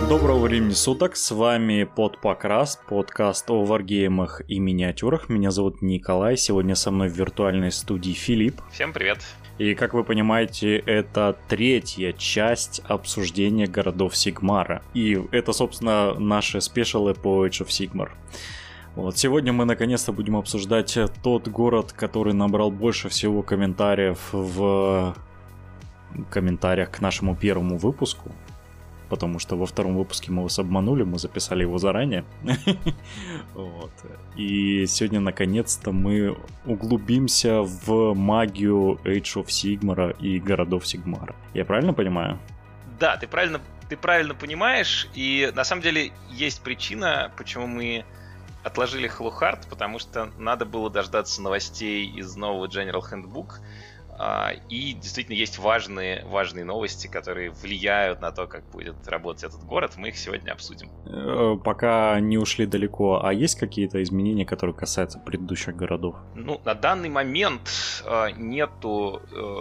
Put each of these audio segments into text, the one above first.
Доброго времени суток, с вами Подпокрас, подкаст о варгеймах и миниатюрах. Меня зовут Николай, сегодня со мной в виртуальной студии Филипп. Всем привет. И, как вы понимаете, это третья часть обсуждения городов Сигмара. И это, собственно, наши спешалы по Age of Sigmar. Вот, сегодня мы наконец-то будем обсуждать тот город, который набрал больше всего комментариев в комментариях к нашему первому выпуску. Потому что во втором выпуске мы вас обманули, мы записали его заранее. Вот. И сегодня наконец-то мы углубимся в магию Age of Sigmar и городов Сигмара. Я правильно понимаю? Да, ты правильно понимаешь. И на самом деле есть причина, почему мы отложили Hello-Heart, потому что надо было дождаться новостей из нового General Handbook. И действительно есть важные новости, которые влияют на то, как будет работать этот город. Мы их сегодня обсудим. Пока не ушли далеко, а есть какие-то изменения, которые касаются предыдущих городов? Ну, на данный момент нету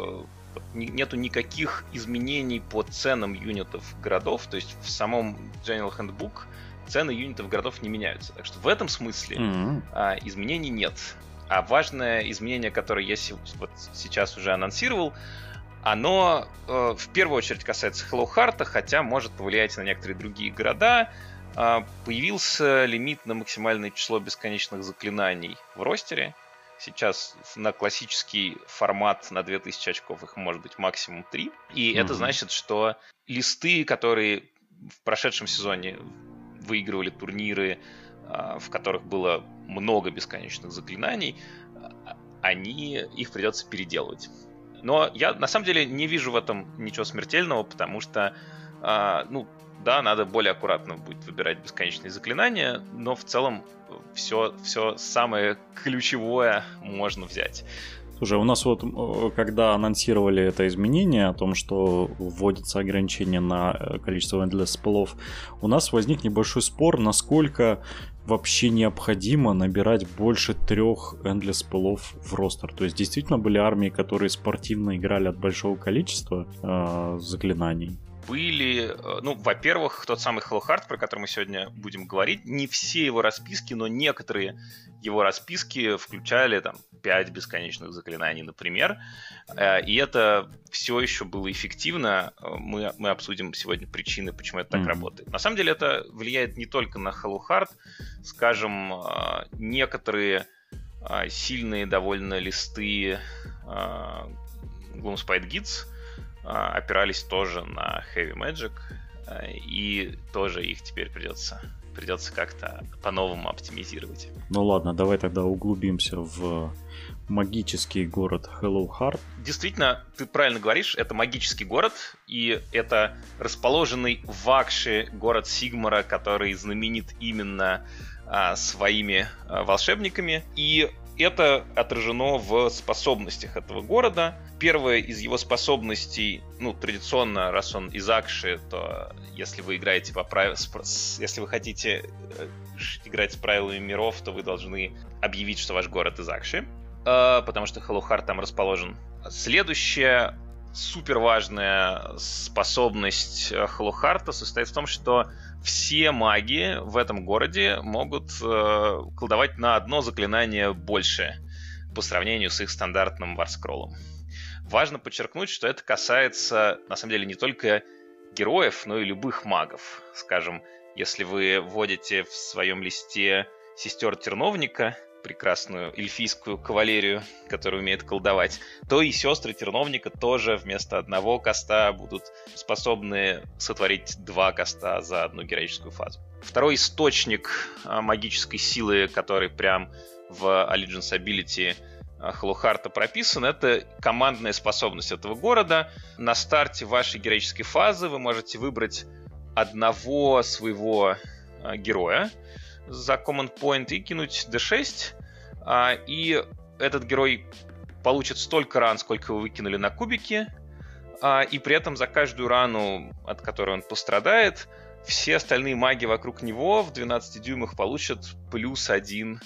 никаких изменений по ценам юнитов городов. То есть в самом General Handbook цены юнитов городов не меняются. Так что в этом смысле изменений нет. А важное изменение, которое я вот сейчас уже анонсировал, оно в первую очередь касается Hello-Heart, хотя может повлиять на некоторые другие города. Появился лимит на максимальное число бесконечных заклинаний в ростере. Сейчас на классический формат на 2000 очков их может быть максимум 3. И это значит, что листы, которые в прошедшем сезоне выигрывали турниры, в которых было много бесконечных заклинаний, их придется переделывать. Но я на самом деле не вижу в этом ничего смертельного, потому что, надо более аккуратно будет выбирать бесконечные заклинания, но в целом все самое ключевое можно взять. Слушай, у нас вот, когда анонсировали это изменение о том, что вводится ограничение на количество эндлесс спеллов, у нас возник небольшой спор, насколько вообще необходимо набирать больше 3 эндлесс спеллов в ростер. То есть действительно были армии, которые спортивно играли от большого количества заклинаний. Были, во-первых, тот самый Hello-Heart, про который мы сегодня будем говорить, не все его расписки, но некоторые его расписки включали 5 бесконечных заклинаний, например, и это все еще было эффективно. Мы обсудим сегодня причины, почему это так работает. На самом деле это влияет не только на Hello-Heart, скажем, некоторые сильные довольно листы Gloomspite Guides опирались тоже на Heavy Magic, и тоже их теперь придется как-то по-новому оптимизировать. Ну ладно, давай тогда углубимся в магический город Hello-Heart. Действительно, ты правильно говоришь, это магический город, и это расположенный в Акше город Сигмара, который знаменит именно своими волшебниками, и это отражено в способностях этого города. Первая из его способностей, традиционно, раз он из Акши, то если вы играете если вы хотите играть с правилами миров, то вы должны объявить, что ваш город из Акши, потому что Hello-Heart там расположен. Следующая супер важная способность Hello-Heart состоит в том, что все маги в этом городе могут колдовать на одно заклинание больше по сравнению с их стандартным варскроллом. Важно подчеркнуть, что это касается, на самом деле, не только героев, но и любых магов. Скажем, если вы вводите в своем листе сестер Терновника, прекрасную эльфийскую кавалерию, которая умеет колдовать, то и сестры Терновника тоже вместо одного каста будут способны сотворить 2 каста за одну героическую фазу. Второй источник магической силы, который прям в Allegiance Ability Hello-Heart прописан, это командная способность этого города. На старте вашей героической фазы вы можете выбрать одного своего героя за Command Point и кинуть D6, и этот герой получит столько ран, сколько вы выкинули на кубики, и при этом за каждую рану, от которой он пострадает, все остальные маги вокруг него в 12 дюймах получат +1,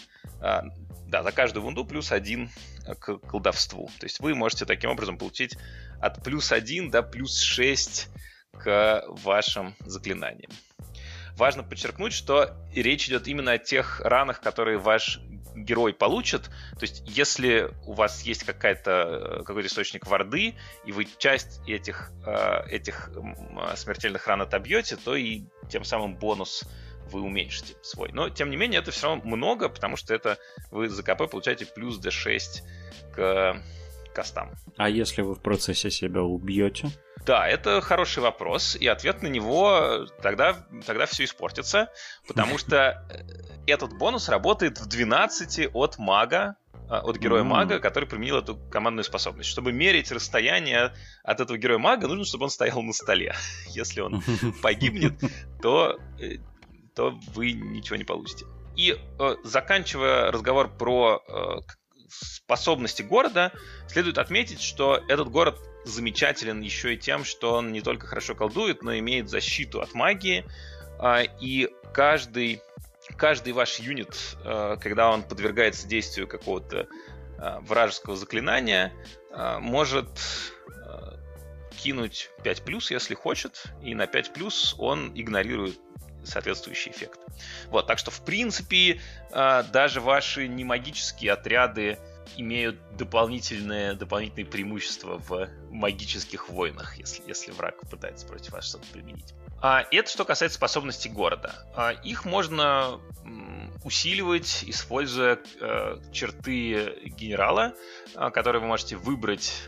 за каждую вунду +1 к колдовству. То есть вы можете таким образом получить от +1 до +6 к вашим заклинаниям. важно подчеркнуть, что речь идет именно о тех ранах, которые ваш герой получит. То есть, если у вас есть какой-то источник варды, и вы часть этих смертельных ран отобьете, то и тем самым бонус вы уменьшите свой. Но, тем не менее, это все равно много, потому что это вы за КП получаете плюс d6 к кастам. А если вы в процессе себя убьете? Да, это хороший вопрос, и ответ на него тогда все испортится, потому что этот бонус работает в 12 от мага, от героя мага, который применил эту командную способность. Чтобы мерить расстояние от этого героя мага, нужно, чтобы он стоял на столе. Если он погибнет, то вы ничего не получите. И заканчивая разговор про способности города, следует отметить, что этот город замечателен еще и тем, что он не только хорошо колдует, но имеет защиту от магии, и каждый ваш юнит, когда он подвергается действию какого-то вражеского заклинания, может кинуть 5+, если хочет, и на 5+, он игнорирует соответствующий эффект. Вот, так что, в принципе, даже ваши немагические отряды имеют дополнительные преимущества в магических войнах, если враг пытается против вас что-то применить. И это что касается способностей города. Их можно усиливать, используя черты генерала, которые вы можете выбрать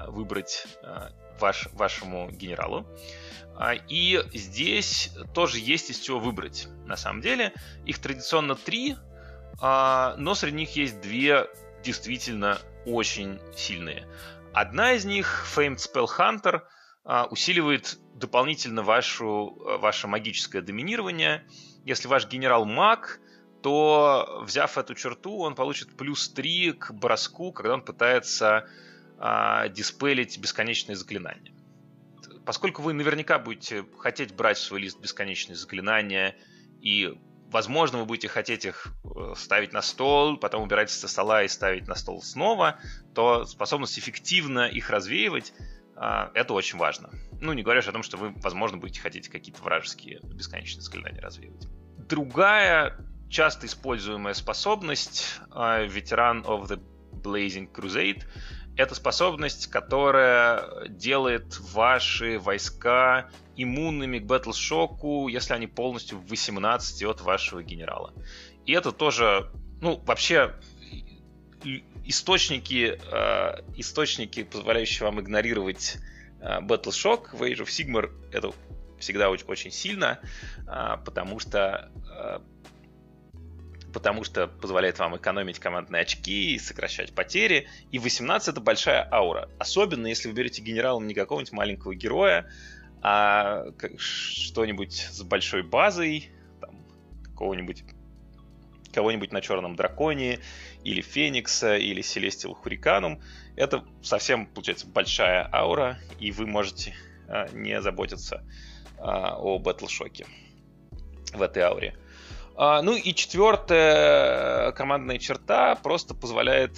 вашему генералу. И здесь тоже есть из чего выбрать. На самом деле, их традиционно 3, но среди них есть 2 действительно очень сильные. Одна из них, Famed Spell Hunter, усиливает дополнительно ваше магическое доминирование. Если ваш генерал маг, то, взяв эту черту, он получит +3 к броску, когда он пытается диспелить бесконечные заклинания. Поскольку вы наверняка будете хотеть брать в свой лист бесконечные заклинания, и, возможно, вы будете хотеть их ставить на стол, потом убирать со стола и ставить на стол снова, то способность эффективно их развеивать — это очень важно. Ну, не говоря о том, что вы, возможно, будете хотеть какие-то вражеские бесконечные заклинания развеивать. Другая часто используемая способность Veteran of the Blazing Crusade — это способность, которая делает ваши войска иммунными к батлшоку, если они полностью в 18 от вашего генерала. И это тоже, вообще, источники, позволяющие вам игнорировать батлшок в Age of Sigmar, это всегда очень, очень сильно, потому что позволяет вам экономить командные очки и сокращать потери. И 18 — это большая аура. Особенно, если вы берете генералом не какого-нибудь маленького героя, а что-нибудь с большой базой, там, кого-нибудь на Черном Драконе, или Феникса, или Celestial Hurricanum. Это совсем, получается, большая аура, и вы можете не заботиться о батлшоке в этой ауре. Ну и 4-я командная черта просто позволяет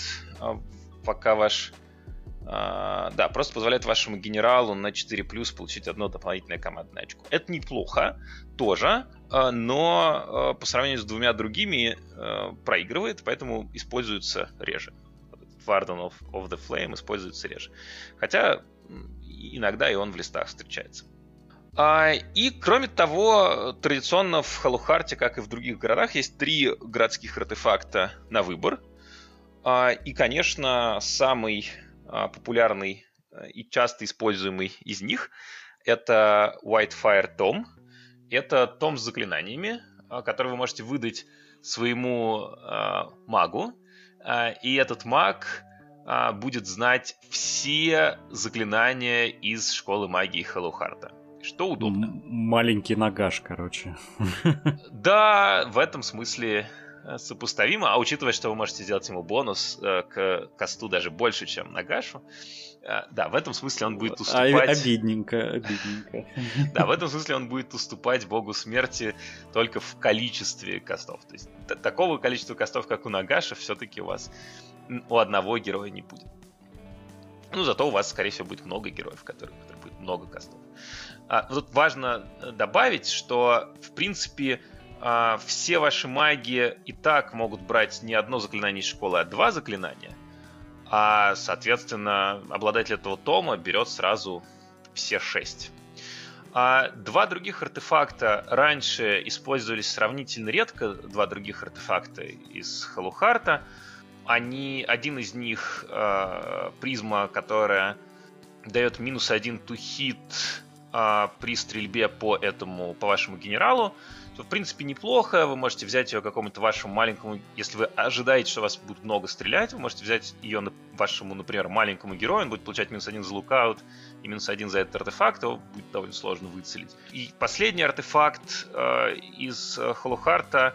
просто позволяет вашему генералу на 4+ получить одно дополнительное командное очко. Это неплохо тоже, но по сравнению с 2 другими проигрывает, поэтому используется реже. Warden of the Flame используется реже. Хотя иногда и он в листах встречается. И, кроме того, традиционно в Халухарте, как и в других городах, есть 3 городских артефакта на выбор. И, конечно, самый популярный и часто используемый из них — это Whitefire Tome. Это том с заклинаниями, который вы можете выдать своему магу. И этот маг будет знать все заклинания из школы магии Халухарта. Что удобно. Маленький нагаш, короче. Да, в этом смысле сопоставимо. А учитывая, что вы можете сделать ему бонус к касту даже больше, чем нагашу, да, в этом смысле он будет уступать... Обидненько. Да, в этом смысле он будет уступать богу смерти только в количестве кастов. То есть такого количества кастов, как у нагаша, все-таки у вас у одного героя не будет. Зато у вас, скорее всего, будет много героев, у которых будет много кастов. Тут важно добавить, что, в принципе, все ваши маги и так могут брать не одно заклинание из школы, а 2 заклинания. А, соответственно, обладатель этого тома берет сразу все 6. 2 других артефакта раньше использовались сравнительно редко. 2 других артефакта из Халухарта. Один из них призма, которая дает -1 to hit при стрельбе по вашему генералу. То, в принципе, неплохо. Вы можете взять ее какому-то вашему маленькому... Если вы ожидаете, что вас будут много стрелять, вы можете взять ее вашему, например, маленькому герою. Он будет получать -1 за лукаут и -1 за этот артефакт. Его будет довольно сложно выцелить. И последний артефакт из Халухарта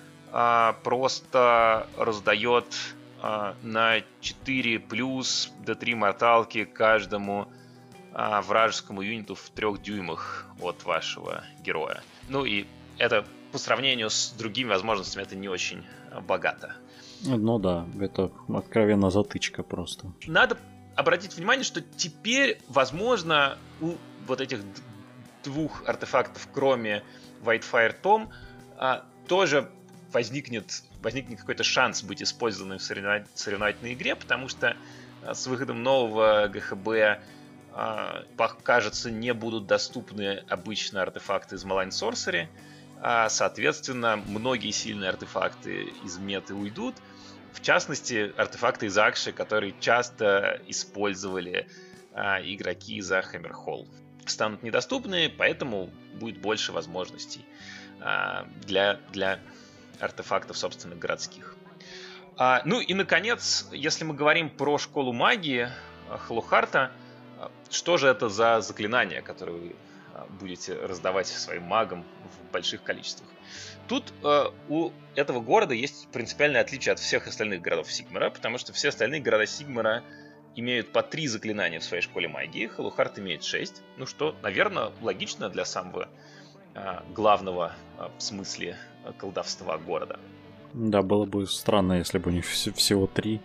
просто раздает на 4 плюс D3 морталки каждому вражескому юниту в 3 дюймах от вашего героя. Ну и это по сравнению с другими возможностями это не очень богато. Ну да, это откровенно затычка просто. Надо обратить внимание, что теперь, возможно, у вот этих 2 артефактов, кроме Whitefire Tom, тоже возникнет какой-то шанс быть использованным в соревновательной игре, потому что с выходом нового ГХБ, кажется, не будут доступны обычно артефакты из Malign Sorcery. Соответственно, многие сильные артефакты из меты уйдут. В частности, артефакты из Акши, которые часто использовали игроки за Hammerhall, станут недоступны, поэтому будет больше возможностей для артефактов, собственно, городских. Ну и, наконец, если мы говорим про школу магии Халухарта, что же это за заклинания, которые вы будете раздавать своим магам в больших количествах? Тут у этого города есть принципиальное отличие от всех остальных городов Сигмара, потому что все остальные города Сигмара имеют по 3 заклинания в своей школе магии, Халухарт имеет 6, ну что, наверное, логично для самого главного в смысле колдовства города. Да, было бы странно, если бы у них всего 3.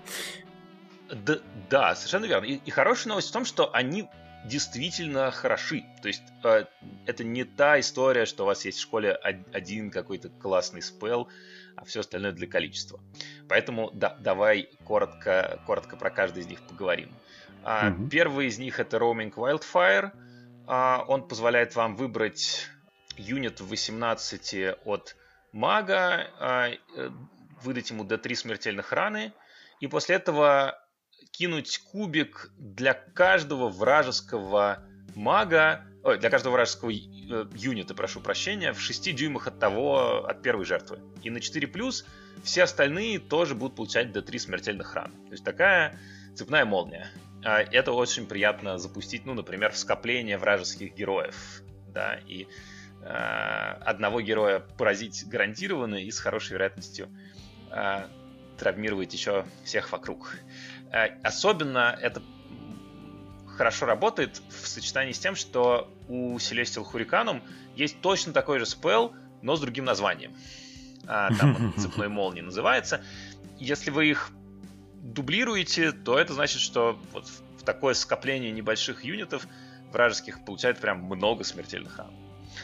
Да, совершенно верно. И хорошая новость в том, что они действительно хороши. То есть это не та история, что у вас есть в школе один какой-то классный спелл, а все остальное для количества. Поэтому давай коротко про каждый из них поговорим. Первый из них — это Roaming Wildfire. Он позволяет вам выбрать юнит в 18 от мага, выдать ему D3 смертельных раны, и после этого кинуть кубик для каждого вражеского мага, для каждого вражеского юнита, прошу прощения, в 6 дюймах от первой жертвы. И на 4+, все остальные тоже будут получать D3 смертельных ран. То есть такая цепная молния. Это очень приятно запустить, например, в скопление вражеских героев. Да, и одного героя поразить гарантированно и с хорошей вероятностью травмировать еще всех вокруг. Особенно это хорошо работает в сочетании с тем, что у Celestial Hurricanum есть точно такой же спелл, но с другим названием. Там цепной молнии называется. Если вы их дублируете, то это значит, что вот в такое скопление небольших юнитов вражеских получает прям много смертельных ран.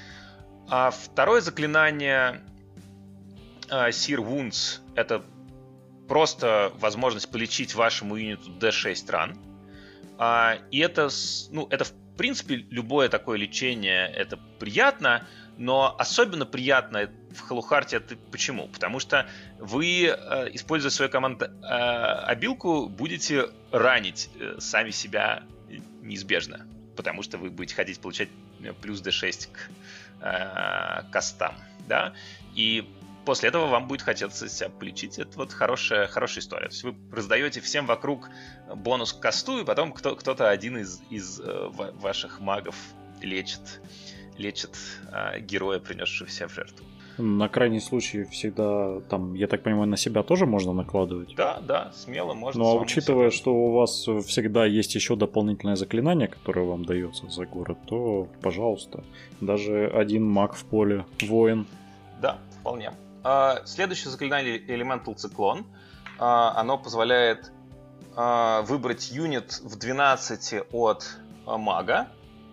А второе заклинание Seer Wounds — это просто возможность полечить вашему юниту D6 ран. И это в принципе, любое такое лечение — это приятно, но особенно приятно в Халухарте это почему? Потому что вы, используя свою команд-обилку, будете ранить сами себя неизбежно, потому что вы будете хотеть получать плюс D6 к кастам, да, и после этого вам будет хотеться себя полечить. Это вот хорошая история. То есть вы раздаете всем вокруг бонус к касту, и потом кто-то один из ваших магов лечит героя, принесшего себя в жертву. На крайний случай всегда, там, я так понимаю, на себя тоже можно накладывать? Да, смело можно. Ну, а учитывая, что у вас всегда есть еще дополнительное заклинание, которое вам дается за город, то, пожалуйста, даже один маг в поле, воин. Да, вполне. Следующее заклинание — Elemental Cyclone. Оно позволяет выбрать юнит в 12 от мага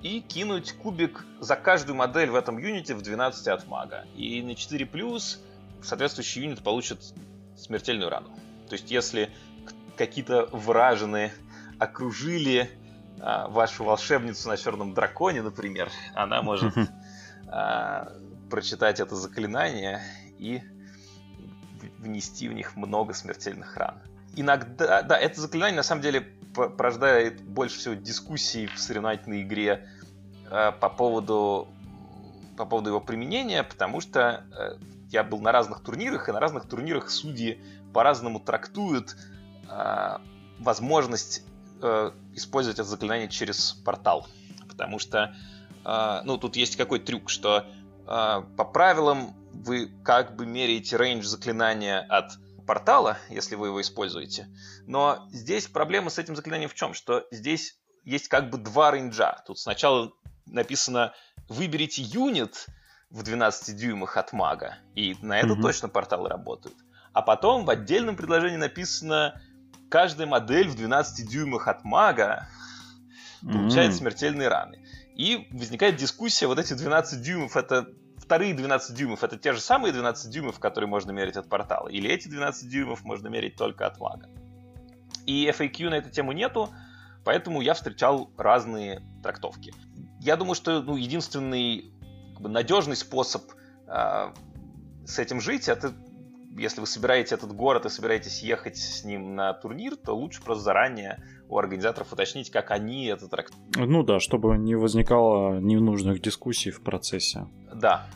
и кинуть кубик за каждую модель в этом юните в 12 от мага. И на 4+, соответствующий юнит получит смертельную рану. То есть если какие-то вражины окружили вашу волшебницу на черном драконе, например, она может прочитать это заклинание и внести в них много смертельных ран. Иногда, да, это заклинание на самом деле порождает больше всего дискуссий в соревновательной игре по поводу его применения, потому что я был на разных турнирах, и на разных турнирах судьи по-разному трактуют возможность использовать это заклинание через портал. Потому что, тут есть какой-то трюк, что по правилам вы как бы меряете рейндж заклинания от портала, если вы его используете. Но здесь проблема с этим заклинанием в чем? Что здесь есть как бы два рейнджа. Тут сначала написано «выберите юнит в 12 дюймах от мага», и на это точно порталы работают. А потом в отдельном предложении написано «каждая модель в 12 дюймах от мага получает смертельные раны». И возникает дискуссия, вот эти 12 дюймов это вторые 12 дюймов это те же самые 12 дюймов, которые можно мерить от портала, или эти 12 дюймов можно мерить только от мага. И FAQ на эту тему нету, поэтому я встречал разные трактовки. Я думаю, что единственный надежный способ с этим жить, это если вы собираете этот город и собираетесь ехать с ним на турнир, то лучше просто заранее у организаторов уточнить, как они это трактуют. Ну да, чтобы не возникало ненужных дискуссий в процессе. Да.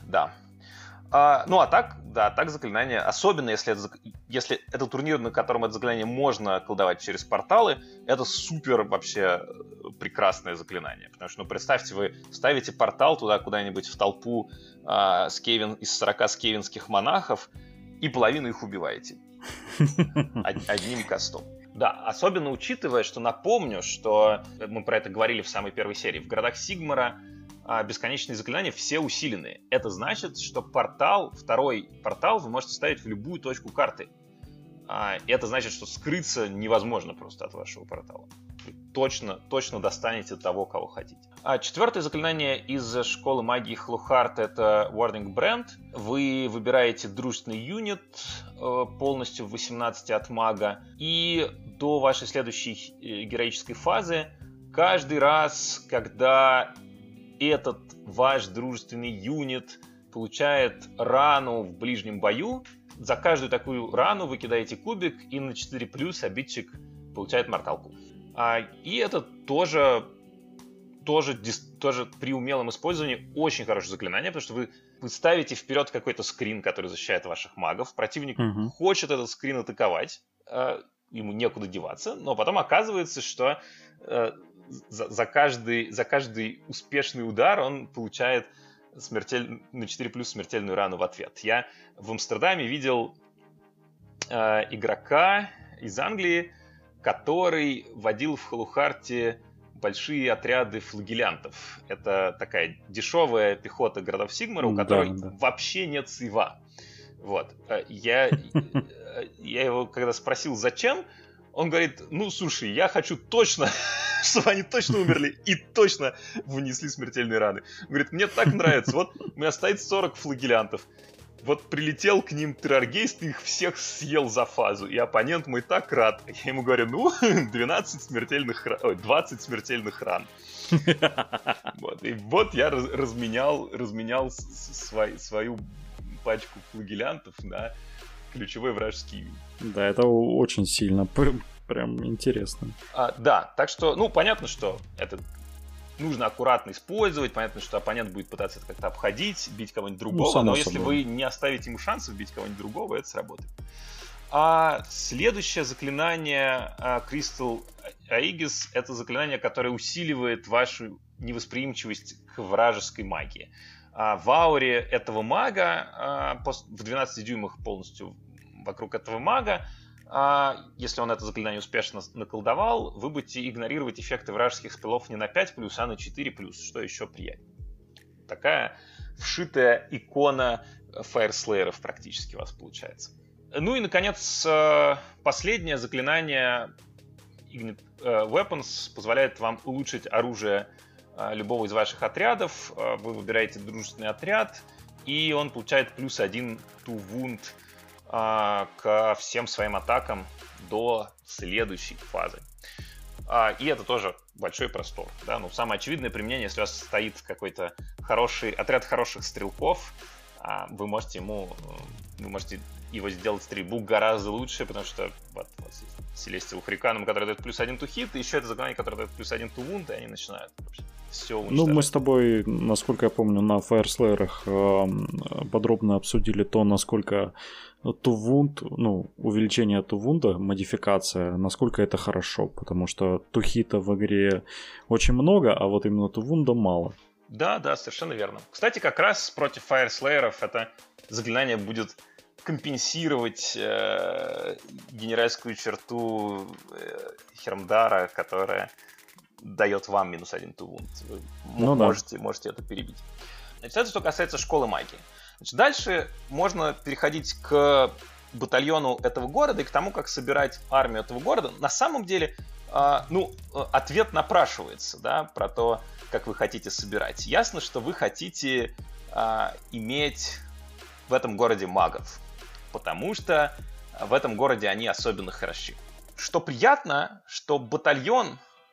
Так заклинание, особенно если это турнир, на котором это заклинание можно колдовать через порталы, это супер вообще прекрасное заклинание. Потому что, представьте, вы ставите портал туда куда-нибудь в толпу из 40 скевинских монахов, и половину их убиваете одним кастом. Да, особенно учитывая, что напомню, что мы про это говорили в самой первой серии. В городах Сигмара бесконечные заклинания все усиленные. Это значит, что второй портал вы можете ставить в любую точку карты. И это значит, что скрыться невозможно просто от вашего портала. Вы точно достанете того, кого хотите. Четвертое заклинание из школы магии Хлухарт — это Warding Brand. Вы выбираете дружественный юнит полностью в 18 от мага. И до вашей следующей героической фазы каждый раз, когда этот ваш дружественный юнит получает рану в ближнем бою, за каждую такую рану вы кидаете кубик, и на 4+ обидчик получает морталку. И это тоже при умелом использовании очень хорошее заклинание, потому что вы ставите вперед какой-то скрин, который защищает ваших магов. Противник хочет этот скрин атаковать, ему некуда деваться, но потом оказывается, что за каждый успешный удар он получает на 4+ смертельную рану в ответ. Я в Амстердаме видел игрока из Англии, который водил в Халухарте большие отряды флагелянтов. Это такая дешевая пехота городов Сигмара, у которой вообще нет сейва. Вот. Я его когда спросил, зачем, он говорит, слушай, я хочу точно, чтобы они точно умерли и точно вынесли смертельные раны. Говорит, мне так нравится. Вот у меня стоит 40 флагелянтов. Вот прилетел к ним терроргейст, их всех съел за фазу. И оппонент мой так рад. Я ему говорю, 20 смертельных ран. И вот я разменял свою пачку флагелянтов на ключевой вражеский юнит. Да, это очень сильно, прям интересно. Да, так что, понятно, что это нужно аккуратно использовать, понятно, что оппонент будет пытаться это как-то обходить, бить кого-нибудь другого, но если вы не оставите ему шансов бить кого-нибудь другого, это сработает. Следующее заклинание Crystal Aegis — это заклинание, которое усиливает вашу невосприимчивость к вражеской магии. В ауре этого мага, в 12 дюймах полностью вокруг этого мага, если он это заклинание успешно наколдовал, вы будете игнорировать эффекты вражеских спелов не на 5+, а на 4+, что еще приятнее. Такая вшитая икона фаерслееров практически у вас получается. Ну и, наконец, последнее заклинание Ignite Weapons позволяет вам улучшить оружие любого из ваших отрядов. Вы выбираете дружественный отряд, и он получает +1 to wound ко всем своим атакам до следующей фазы. И это тоже большой простор. Да? Ну, самое очевидное применение, если у вас стоит какой-то отряд хороших стрелков, вы можете его сделать стрельбу гораздо лучше, потому что вот Celestial Hurricane, который дает +1 to hit, и еще это заклинание, которое дает +1 to wound, и они начинают все уничтожать. Ну, мы с тобой, насколько я помню, на Fireslayer'ах подробно обсудили то, насколько to wound, ну, увеличение to wound, модификация, насколько это хорошо, потому что to hit в игре очень много, а вот именно to wound мало. Да, совершенно верно. Кстати, как раз против Fireslayer'ов это заклинание будет компенсировать генеральскую черту Хермдара, которая дает вам -1 to wound. Вы можете это перебить. Значит, это что касается школы магии. Значит, дальше можно переходить к батальону этого города и к тому, как собирать армию этого города. На самом деле, ответ напрашивается, да, про то, как вы хотите собирать. Ясно, что вы хотите иметь в этом городе магов, потому что в этом городе они особенно хороши. Что приятно, что батальон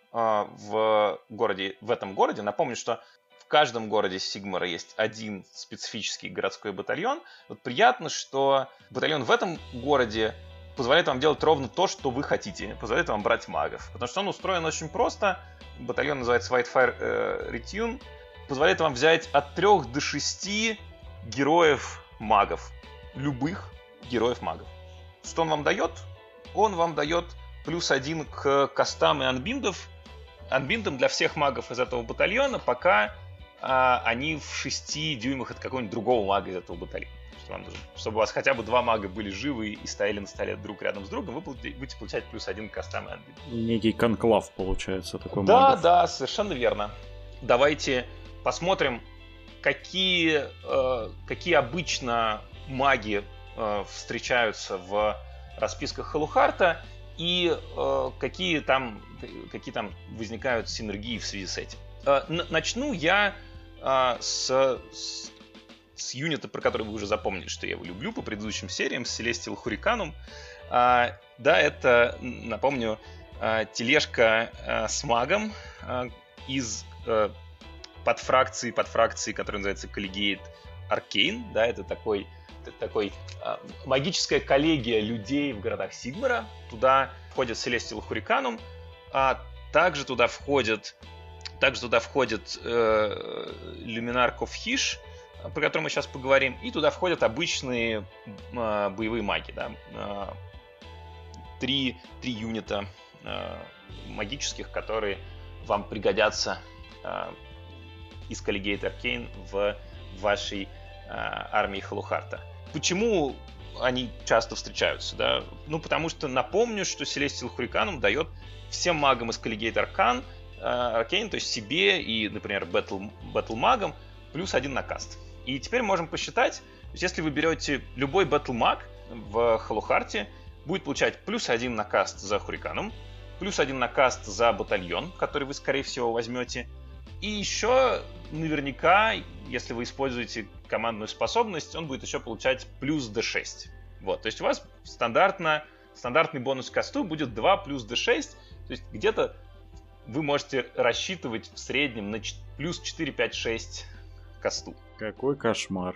в этом городе, напомню, что в каждом городе Сигмара есть один специфический городской батальон. Вот приятно, что батальон в этом городе позволяет вам делать ровно то, что вы хотите, позволяет вам брать магов. Потому что он устроен очень просто. Батальон называется Whitefire Retune. Позволяет вам взять от 3 до 6 героев-магов. Любых героев-магов. Что он вам дает? Он вам дает +1 к кастам и анбиндам для всех магов из этого батальона, пока они в 6 дюймах от какого-нибудь другого мага из этого батальона. Чтобы у вас хотя бы 2 мага были живы и стояли на столе друг рядом с другом, вы будете получать +1 к кастам и анбиндам. Некий конклав получается такой магов. Да, совершенно верно. Давайте посмотрим, какие обычно маги встречаются в расписках Халухарта и какие там возникают синергии в связи с этим. Начну я с юнита, про который вы уже запомнили, что я его люблю по предыдущим сериям, с Celestial Hurricane. Да, это, напомню, тележка с магом из подфракции, которая называется Collegiate Arcane. Да, это такой магическая коллегия людей в городах Сигмара. Туда входит Celestial Hurricane, а также туда входит Luminar Ковхиш, про который мы сейчас поговорим, и туда входят обычные боевые маги. Да? 3 юнита магических, которые вам пригодятся из Collegiate Arcane в вашей армии Халухарта. Почему они часто встречаются? Да? Ну, потому что напомню, что Celestial Hurricane дает всем магам из Collegiate Arcane, то есть себе и, например, Battle магам, +1 на каст. И теперь можем посчитать, то есть если вы берете любой Battle маг в Халухарте, будет получать +1 на каст за Хуриканом, +1 на каст за батальон, который вы, скорее всего, возьмете. И еще наверняка, если вы используете командную способность, он будет еще получать +d6. Вот, то есть у вас стандартный бонус к касту будет 2 +d6, то есть где-то вы можете рассчитывать в среднем на +4, 5, 6 касту. Какой кошмар.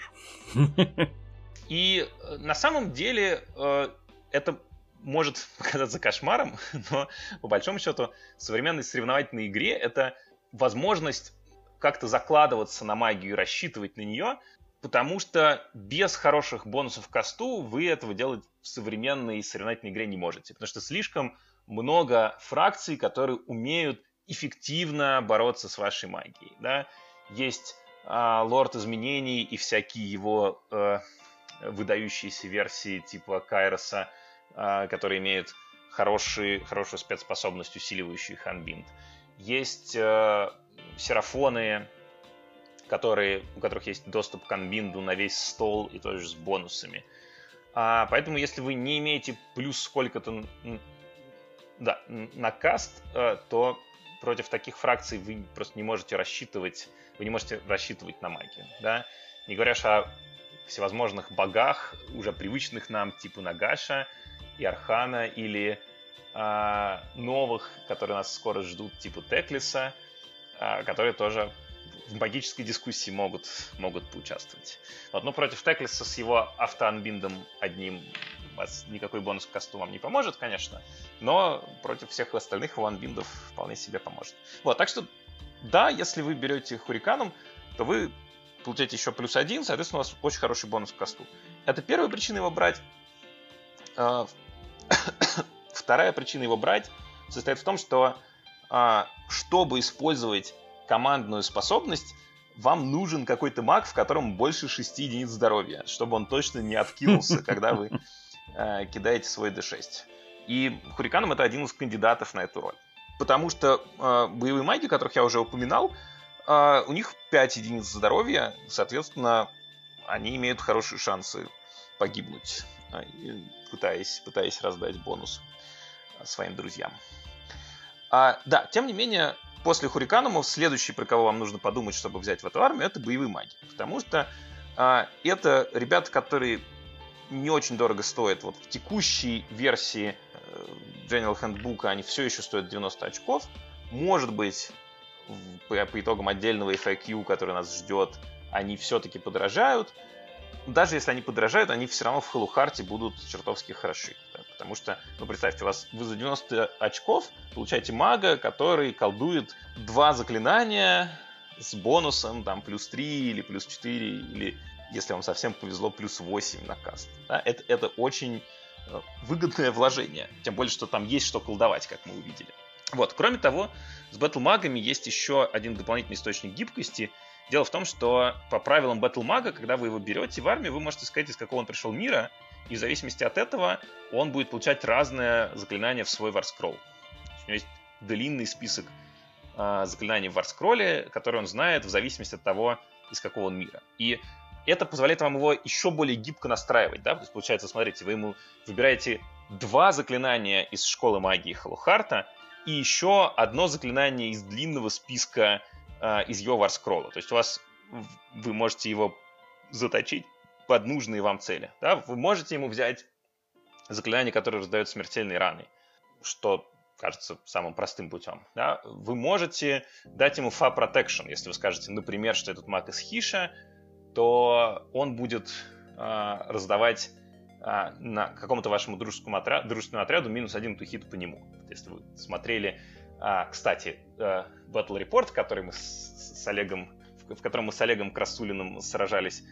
И на самом деле это может показаться кошмаром, но по большому счету в современной соревновательной игре это возможность как-то закладываться на магию и рассчитывать на нее, потому что без хороших бонусов к касту вы этого делать в современной соревновательной игре не можете, потому что слишком много фракций, которые умеют эффективно бороться с вашей магией. Да? Есть Лорд Изменений и всякие его выдающиеся версии типа Кайроса, которые имеют хорошую спецспособность, усиливающую их анбинд. Есть серафоны, у которых есть доступ к анбинду на весь стол и тоже с бонусами. Поэтому, если вы не имеете плюс сколько-то на каст, то против таких фракций вы просто не можете рассчитывать, на магию, да? Не говоря о всевозможных богах, уже привычных нам, типа Нагаша и Архана, или новых, которые нас скоро ждут, типа Теклиса, которые тоже в магической дискуссии могут поучаствовать. Вот, но против Теклиса с его автоанбиндом одним вас никакой бонус к касту вам не поможет, конечно, но против всех остальных его анбиндов вполне себе поможет. Вот, так что, да, если вы берете Хуриканом, то вы получаете еще +1, соответственно, у вас очень хороший бонус к касту. Это первая причина его брать. Вторая причина его брать состоит в том, что чтобы использовать командную способность, вам нужен какой-то маг, в котором больше 6 единиц здоровья, чтобы он точно не откинулся, когда вы кидаете свой D6. И Хуриканом это один из кандидатов на эту роль. Потому что боевые маги, которых я уже упоминал, у них 5 единиц здоровья, соответственно, они имеют хорошие шансы погибнуть, пытаясь раздать бонус своим друзьям. Да, тем не менее, после Хуриканумов следующий, про кого вам нужно подумать, чтобы взять в эту армию, это боевые маги. Потому что это ребята, которые не очень дорого стоят. Вот в текущей версии General Handbook они все еще стоят 90 очков. Может быть, по итогам отдельного FAQ, который нас ждет, они все-таки подорожают. Даже если они подорожают, они все равно в Халухарте будут чертовски хороши. Да? Потому что, представьте, вы за 90 очков получаете мага, который колдует 2 заклинания с бонусом там +3 или +4, или, если вам совсем повезло, +8 на каст. Да? Это очень выгодное вложение. Тем более, что там есть что колдовать, как мы увидели. Вот. Кроме того, с батл-магами есть еще один дополнительный источник гибкости. Дело в том, что по правилам батл-мага, когда вы его берете в армию, вы можете сказать, из какого он пришел мира, и в зависимости от этого он будет получать разные заклинания в свой варскролл. У него есть длинный список заклинаний в варскролле, которые он знает в зависимости от того, из какого он мира. И это позволяет вам его еще более гибко настраивать. Да? То есть, получается, смотрите, вы ему выбираете 2 заклинания из школы магии Халухарта и еще одно заклинание из длинного списка из его варскролла. То есть вы можете его заточить под нужные вам цели. Да? Вы можете ему взять заклинание, которое раздает смертельные раны, что кажется самым простым путем. Да? Вы можете дать ему Fa Protection, если вы скажете, например, что этот маг из Хиша, то он будет раздавать на какому-то вашему дружественному отряду -1 to hit по нему. Если вы смотрели, кстати, Battle Report, который мы с Олегом, в котором мы с Олегом Красулиным сражались,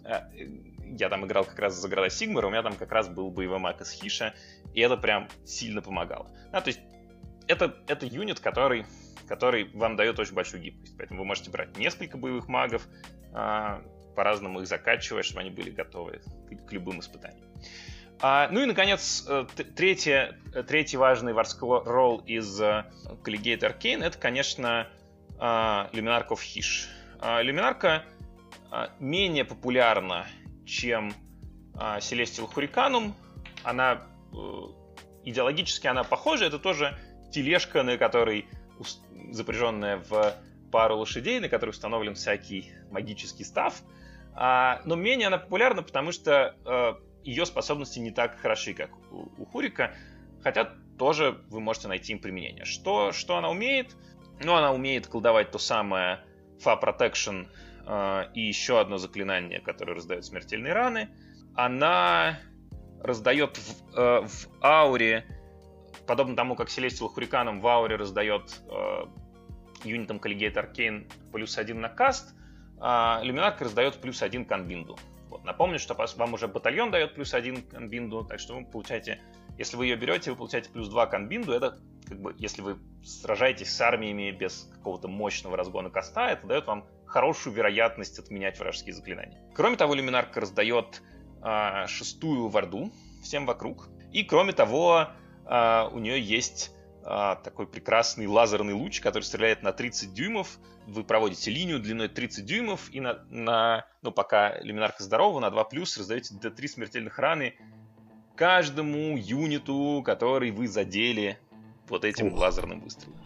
я там играл как раз за города Сигмара, у меня там как раз был боевой маг из Хиша, и это прям сильно помогало. То есть это юнит, который вам дает очень большую гибкость. Поэтому вы можете брать несколько боевых магов, по-разному их закачивая, чтобы они были готовы к любым испытаниям. Ну и, наконец, третий важный варскролл из Collegiate Arcane — это, конечно, Luminark of Hysh. Люминарка менее популярна, чем Celestial Hurricanum. Она идеологически она похожа. Это тоже тележка, на которой запряженная в пару лошадей, на которой установлен всякий магический став. Но менее она популярна, потому что ее способности не так хороши, как у Хурика, хотя тоже вы можете найти им применение. Что она умеет? Она умеет колдовать то самое Fa Protection и еще одно заклинание, которое раздает смертельные раны. Она раздает в ауре, подобно тому, как Celestial Hurricanum в ауре раздает юнитам Collegiate Arcane +1 на каст, Люминарка раздает +1 к анбинду. Вот. Напомню, что вам уже батальон дает +1 к анбинду, так что вы получаете, если вы ее берете, вы получаете +2 к анбинду. Это если вы сражаетесь с армиями без какого-то мощного разгона каста, это дает вам хорошую вероятность отменять вражеские заклинания. Кроме того, Люминарка раздает 6-ю варду всем вокруг. И кроме того, у нее есть такой прекрасный лазерный луч, который стреляет на 30 дюймов. Вы проводите линию длиной 30 дюймов, и пока Люминарка здорова, на 2+, раздаете D3 смертельных раны каждому юниту, который вы задели вот этим лазерным выстрелом.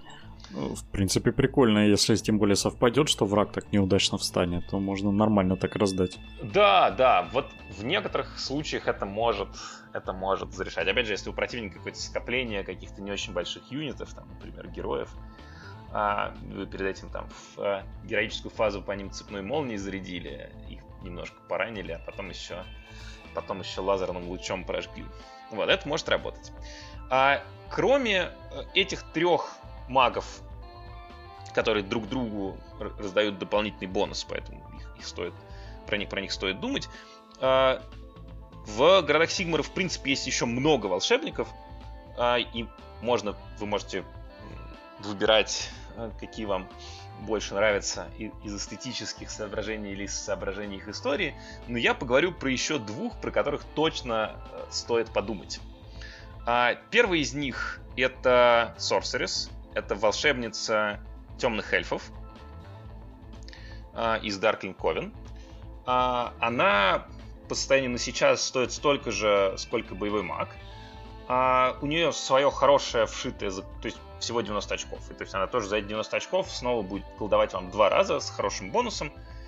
В принципе, прикольно, если тем более совпадет, что враг так неудачно встанет, то можно нормально так раздать. Да, вот в некоторых случаях это может зарешать. Опять же, если у противника какое-то скопление каких-то не очень больших юнитов, там, например, героев, вы перед этим там в героическую фазу по ним цепной молнией зарядили, их немножко поранили, а потом еще лазерным лучом прожгли. Вот, это может работать. Кроме этих 3 магов, которые друг другу раздают дополнительный бонус, поэтому про них стоит думать. В городах Сигмара, в принципе, есть еще много волшебников, и вы можете выбирать, какие вам больше нравятся из эстетических соображений или из соображений их истории, но я поговорю про еще 2, про которых точно стоит подумать. Первый из них — это Sorceress, это волшебница темных эльфов из Darkling Coven. Она по состоянию на сейчас стоит столько же, сколько боевой маг. У нее свое хорошее вшитое, то есть всего 90 очков. И то есть она тоже за эти 90 очков снова будет колдовать вам 2 раза с хорошим бонусом.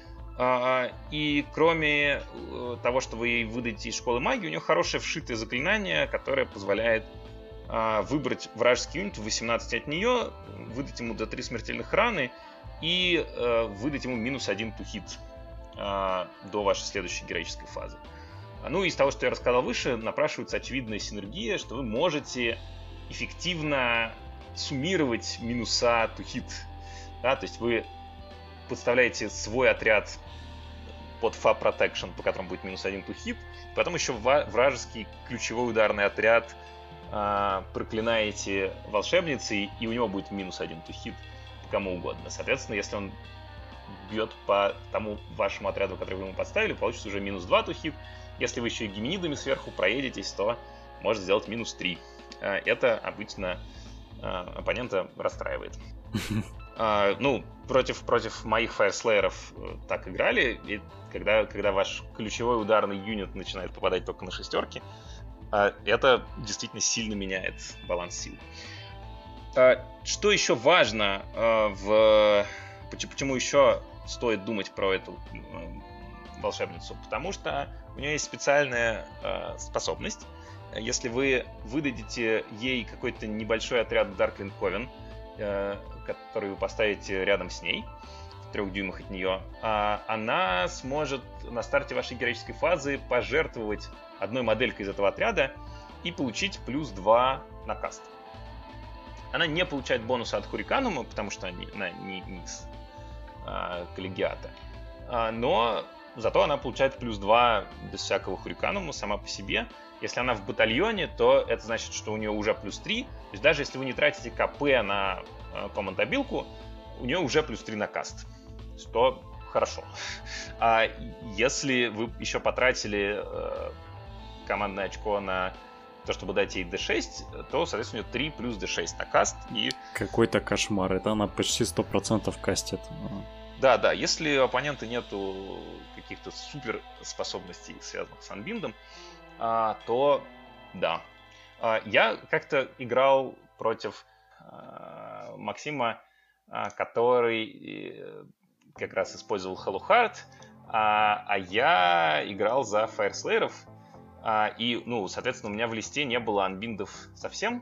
И кроме того, что вы ей выдадите из школы магии, у нее хорошее вшитое заклинание, которое позволяет выбрать вражеский юнит в 18 от нее, выдать ему до 3 смертельных раны и выдать ему -1 to hit до вашей следующей героической фазы. Ну и из того, что я рассказал выше, напрашивается очевидная синергия, что вы можете эффективно суммировать минуса to hit. Да, то есть вы подставляете свой отряд под Fa Protection, по которому будет -1 to hit, потом еще вражеский ключевой ударный отряд проклинаете волшебницей, и у него будет -1 to hit по кому угодно. Соответственно, если он бьет по тому вашему отряду, который вы ему подставили, получится уже -2 to hit. Если вы еще и гименидами сверху проедетесь, то может сделать -3. Это обычно оппонента расстраивает. Против моих фаерслееров так играли, и когда ваш ключевой ударный юнит начинает попадать только на 6, это действительно сильно меняет баланс сил. Что еще важно, почему еще стоит думать про эту волшебницу? Потому что у нее есть специальная способность. Если вы выдадите ей какой-то небольшой отряд Darkling Coven, который вы поставите рядом с ней, в 3 дюймах от нее, она сможет на старте вашей героической фазы пожертвовать одной моделькой из этого отряда и получить +2 на каст. Она не получает бонуса от Хуриканума, потому что она не из коллегиата, но зато она получает +2 без всякого Хуриканума сама по себе. Если она в батальоне, то это значит, что у нее уже +3. То есть даже если вы не тратите КП на команд-обилку, у нее уже +3 на каст. Что хорошо. А если вы еще потратили командное очко на то, чтобы дать ей D6, то, соответственно, у нее 3 плюс D6 на каст. И... Какой-то кошмар. Это она почти 100% кастит. Да, если у оппонента нету каких-то супер способностей, связанных с анбиндом, то да. Я как-то играл против Максима, который как раз использовал Hello а я играл за фаерслееров. И, соответственно, у меня в листе не было анбиндов совсем.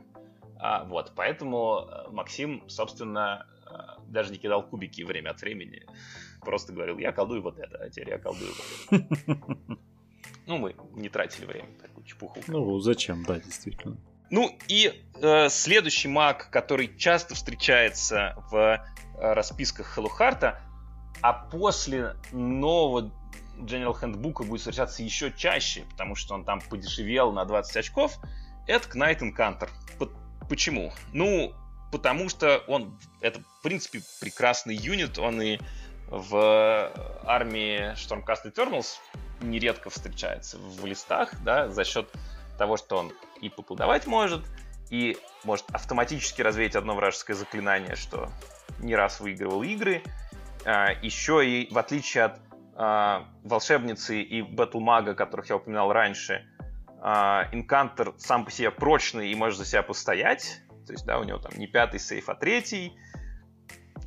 Поэтому Максим, собственно, даже не кидал кубики время от времени. Просто говорил, я колдую вот это, а теперь я колдую вот это. Мы не тратили время, такую чепуху. Зачем, да, действительно. И следующий маг, который часто встречается в расписках Hello, а после нового General Handbook будет встречаться еще чаще, потому что он там подешевел на 20 очков, это Knight Incantor. Почему? Потому что это, в принципе, прекрасный юнит, он и в армии Stormcast Eternals нередко встречается в листах, да, за счет того, что он и поколдовать может, и может автоматически развеять одно вражеское заклинание, что не раз выигрывал игры. Еще и, в отличие от волшебницы и батлмага, которых я упоминал раньше, Инкантер сам по себе прочный и может за себя постоять. То есть, да, у него там не 5-й сейф, а 3-й.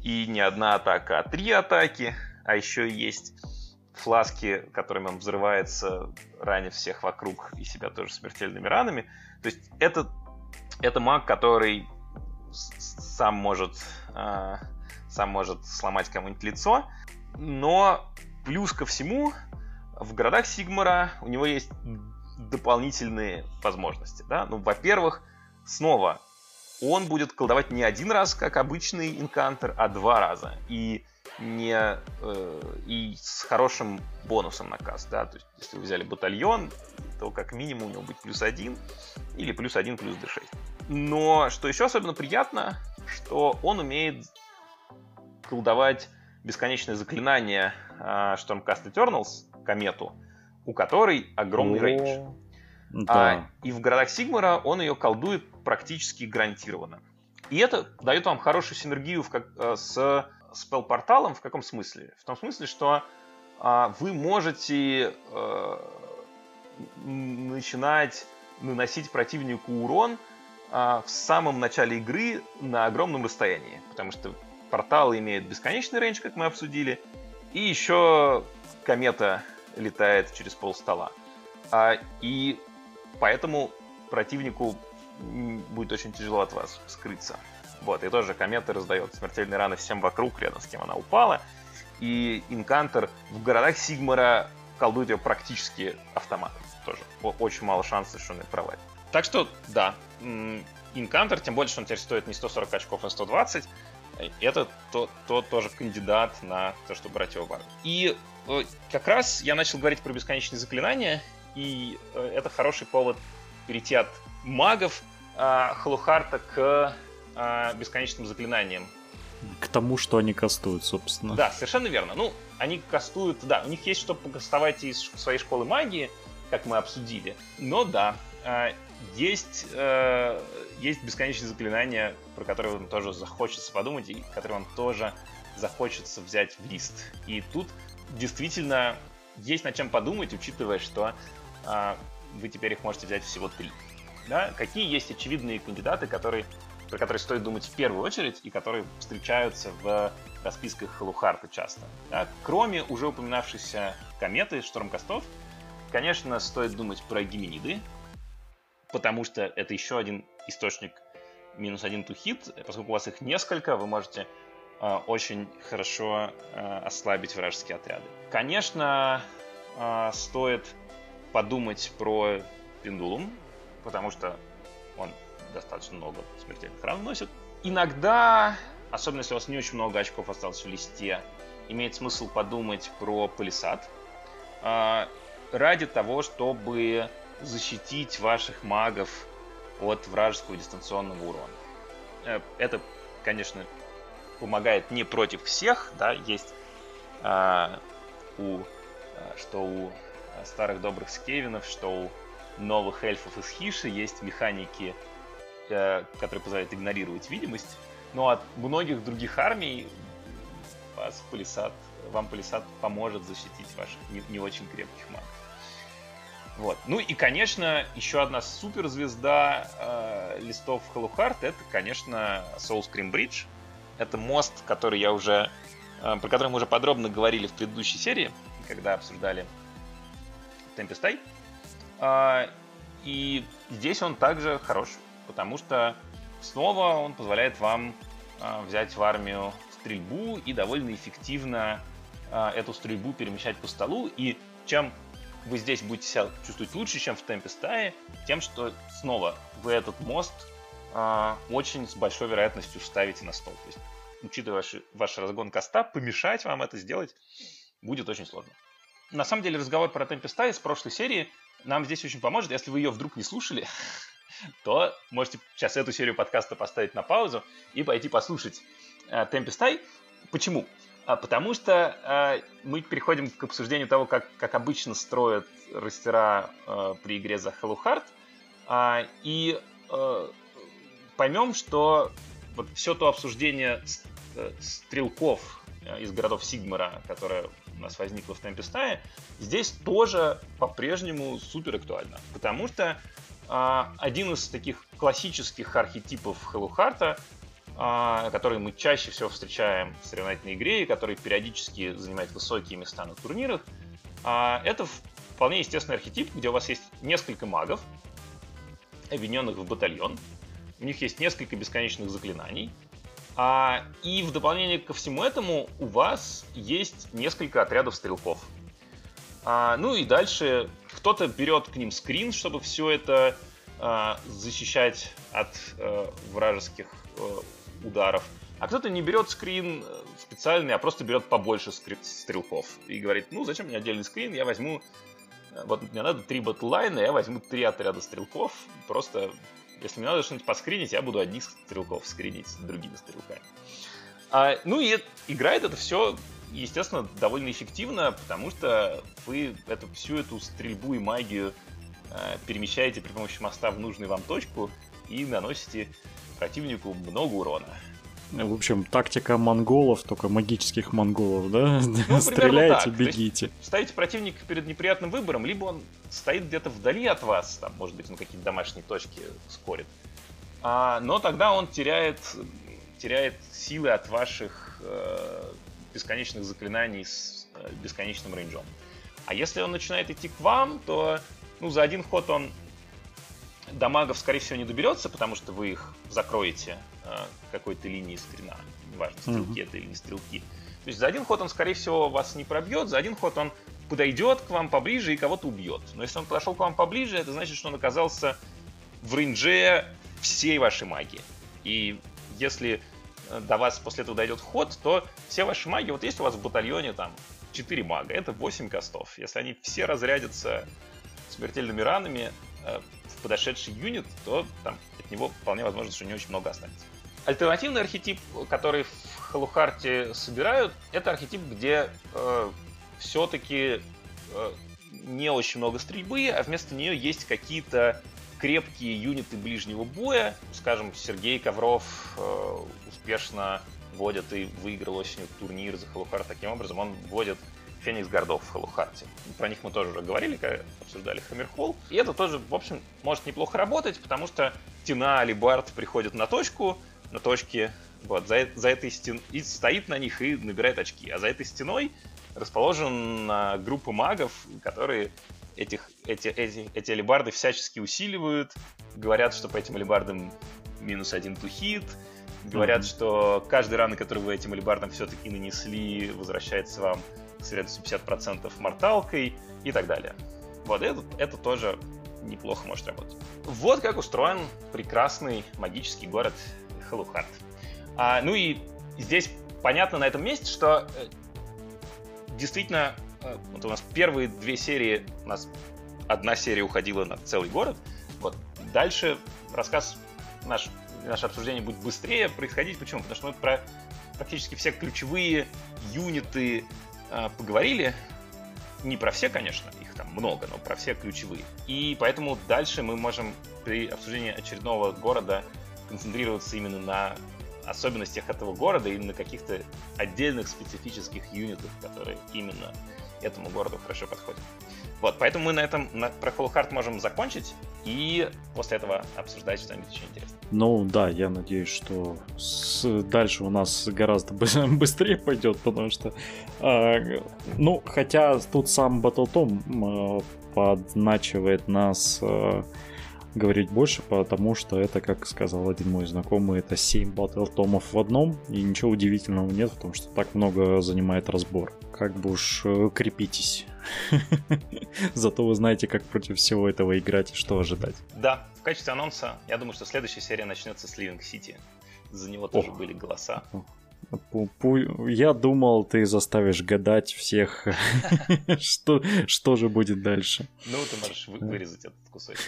и не одна атака, а 3 атаки. А еще есть фласки, которыми он взрывается, раня всех вокруг и себя тоже смертельными ранами. То есть это маг, который сам может сломать кому-нибудь лицо. Но плюс ко всему, в городах Сигмара у него есть дополнительные возможности. Да? Ну, во-первых, снова, он будет колдовать не один раз, как обычный инкантер, а 2 раза. И с хорошим бонусом на каст. Да? То есть, если вы взяли батальон, то как минимум у него будет +1 или +1 плюс d6. Но что еще особенно приятно, что он умеет колдовать бесконечное заклинание Stormcast Eternals, комету, у которой огромный рейндж. Да. И в городах Сигмара он ее колдует практически гарантированно. И это дает вам хорошую синергию с спелл-порталом. В каком смысле? В том смысле, что вы можете начинать наносить противнику урон в самом начале игры на огромном расстоянии. Потому что порталы имеют бесконечный рейндж, как мы обсудили, и еще комета летает через полстола. И поэтому противнику будет очень тяжело от вас скрыться. Вот, и тоже комета раздает смертельные раны всем вокруг, рядом с кем она упала. И инкантер в городах Сигмара колдует ее практически автоматом. Тоже очень мало шансов, что он ее провалит. Так что, да, инкантер, тем более, что он теперь стоит не 140 очков, а 120, это тоже кандидат на то, чтобы брать его в армию. И как раз я начал говорить про бесконечные заклинания, и это хороший повод перейти от магов Халухарта к бесконечным заклинаниям. К тому, что они кастуют, собственно. Да, совершенно верно. Ну, они кастуют, да, у них есть что покастовать из своей школы магии, как мы обсудили. Но да, есть бесконечные заклинания, про которые вам тоже захочется подумать, и которые вам тоже захочется взять в лист. И тут действительно есть над чем подумать, учитывая, что вы теперь их можете взять всего 3. Да? Какие есть очевидные кандидаты, про которые стоит думать в первую очередь, и которые встречаются в расписках Халухарта часто. Да? Кроме уже упоминавшейся кометы, Штормкастов, конечно, стоит думать про гимениды, потому что это еще один источник -1 to hit. Поскольку у вас их несколько, вы можете очень хорошо ослабить вражеские отряды. Конечно, стоит подумать про Пендулум, потому что он достаточно много смертельных ран носит. Иногда, особенно если у вас не очень много очков осталось в листе, имеет смысл подумать про Палисад ради того, чтобы защитить ваших магов от вражеского дистанционного урона. Это, конечно, помогает не против всех, да, есть у старых добрых скевинов, что у новых эльфов из Хиши есть механики, которые позволяют игнорировать видимость, но от многих других армий вам Палисад поможет защитить ваших не очень крепких магов. Вот. Ну и, конечно, еще одна суперзвезда листов Халухарт — это, конечно, Soulscream Bridge. Это мост, про который мы уже подробно говорили в предыдущей серии, когда обсуждали Tempest Eye. И здесь он также хорош, потому что снова он позволяет вам взять в армию стрельбу и довольно эффективно эту стрельбу перемещать по столу. И чем вы здесь будете себя чувствовать лучше, чем в Tempest Eye, тем, что снова вы этот мост очень с большой вероятностью вставите на стол. То есть, учитывая ваш разгон каста, помешать вам это сделать будет очень сложно. На самом деле, разговор про Tempest Eye с прошлой серии нам здесь очень поможет. Если вы ее вдруг не слушали, то можете сейчас эту серию подкаста поставить на паузу и пойти послушать Tempest Eye. Почему? Потому что мы переходим к обсуждению того, как обычно строят ростера при игре за Халухарт, и поймем, что вот все то обсуждение стрелков из городов Сигмара, которое у нас возникло в Tempest Eye, здесь тоже по-прежнему супер актуально. Потому что один из таких классических архетипов Халухарта который мы чаще всего встречаем в соревновательной игре и который периодически занимает высокие места на турнирах, это вполне естественный архетип, где у вас есть несколько магов, объединенных в батальон. У них есть несколько бесконечных заклинаний. И в дополнение ко всему этому у вас есть несколько отрядов стрелков. Ну и дальше кто-то берет к ним скрин, чтобы все это защищать от вражеских ударов. А кто-то не берет скрин специальный, а просто берет побольше стрелков. И говорит, ну зачем мне отдельный скрин, я возьму... Вот мне надо 3 батллайна, я возьму 3 отряда стрелков. Просто, если мне надо что-нибудь поскринить, я буду одних стрелков скринить с другими стрелками. Ну и играет это все, естественно, довольно эффективно, потому что вы всю эту стрельбу и магию перемещаете при помощи моста в нужную вам точку и наносите противнику много урона. В общем, тактика монголов, только магических монголов, да? Ну, стреляйте, бегите. Ставите противника перед неприятным выбором, либо он стоит где-то вдали от вас, там, может быть, он какие-то домашние точки скорит. Но тогда он теряет силы от ваших бесконечных заклинаний с бесконечным рейнджом. А если он начинает идти к вам, то за один ход он до магов, скорее всего, не доберется, потому что вы их закроете какой-то линией скрина. Неважно, стрелки это или не стрелки. То есть за один ход он, скорее всего, вас не пробьет, за один ход он подойдет к вам поближе и кого-то убьет. Но если он подошел к вам поближе, это значит, что он оказался в рейнже всей вашей магии. И если до вас после этого дойдет ход, то все ваши маги, вот есть у вас в батальоне там 4 мага, это 8 кастов. Если они все разрядятся смертельными ранами в подошедший юнит, то там от него вполне возможно, что не очень много останется. Альтернативный архетип, который в Халухарте собирают, это архетип, где все-таки не очень много стрельбы, а вместо нее есть какие-то крепкие юниты ближнего боя. Скажем, Сергей Ковров успешно водит и выиграл осенью турнир за Халухарт. Таким образом, он вводит Феникс Гордов в Халухарте. Про них мы тоже уже говорили, когда обсуждали Хаммерхолл. И это тоже, в общем, может неплохо работать, потому что Тина Алибард приходит на точку, на точке вот, за этой стеной, и стоит на них и набирает очки. А за этой стеной расположена группа магов, которые эти алибарды всячески усиливают, говорят, что по этим алибардам -1 to hit, говорят, что каждый ран, который вы этим алибардам все-таки нанесли, возвращается вам с вероятностью 50% морталкой и так далее. Вот это тоже неплохо может работать. Вот как устроен прекрасный магический город Халухарт. Ну и здесь понятно на этом месте, что действительно вот у нас первые 2 серии, у нас 1 серия уходила на целый город. Вот. Дальше наше обсуждение будет быстрее происходить. Почему? Потому что мы про практически все ключевые юниты поговорили. Не про все, конечно, их там много, но про все ключевые. И поэтому дальше мы можем при обсуждении очередного города концентрироваться именно на особенностях этого города и на каких-то отдельных специфических юнитах, которые именно этому городу хорошо подходят. Вот, поэтому мы на этом про Халухарт можем закончить и после этого обсуждать что-нибудь еще интересное. Ну да, я надеюсь, что дальше у нас гораздо быстрее пойдет, потому что хотя тут сам Батлтом подначивает нас говорить больше, потому что это, как сказал один мой знакомый, это 7 батл-томов в одном, и ничего удивительного нет, потому что так много занимает разбор. Как бы уж крепитесь. Зато вы знаете, как против всего этого играть и что ожидать. Да, в качестве анонса, я думаю, что следующая серия начнется с Ливинг Сити. За него тоже были голоса. Я думал, ты заставишь гадать всех, что же будет дальше. Ну, ты можешь вырезать этот кусочек.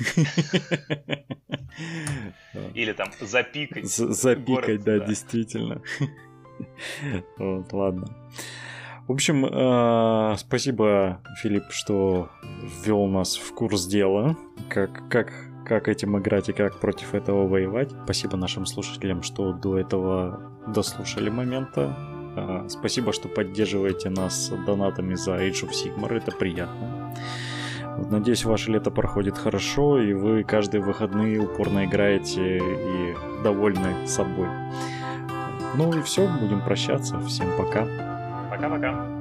Или там запикать. Запикать, да, действительно. Вот, ладно. В общем, спасибо, Филипп, что ввел нас в курс дела, как этим играть и как против этого воевать. Спасибо нашим слушателям, что до этого дослушали момента. Спасибо, что поддерживаете нас донатами за Age of Sigmar, это приятно. Вот, надеюсь, ваше лето проходит хорошо, и вы каждые выходные упорно играете и довольны собой. Ну и все, будем прощаться. Всем пока. Пока-пока.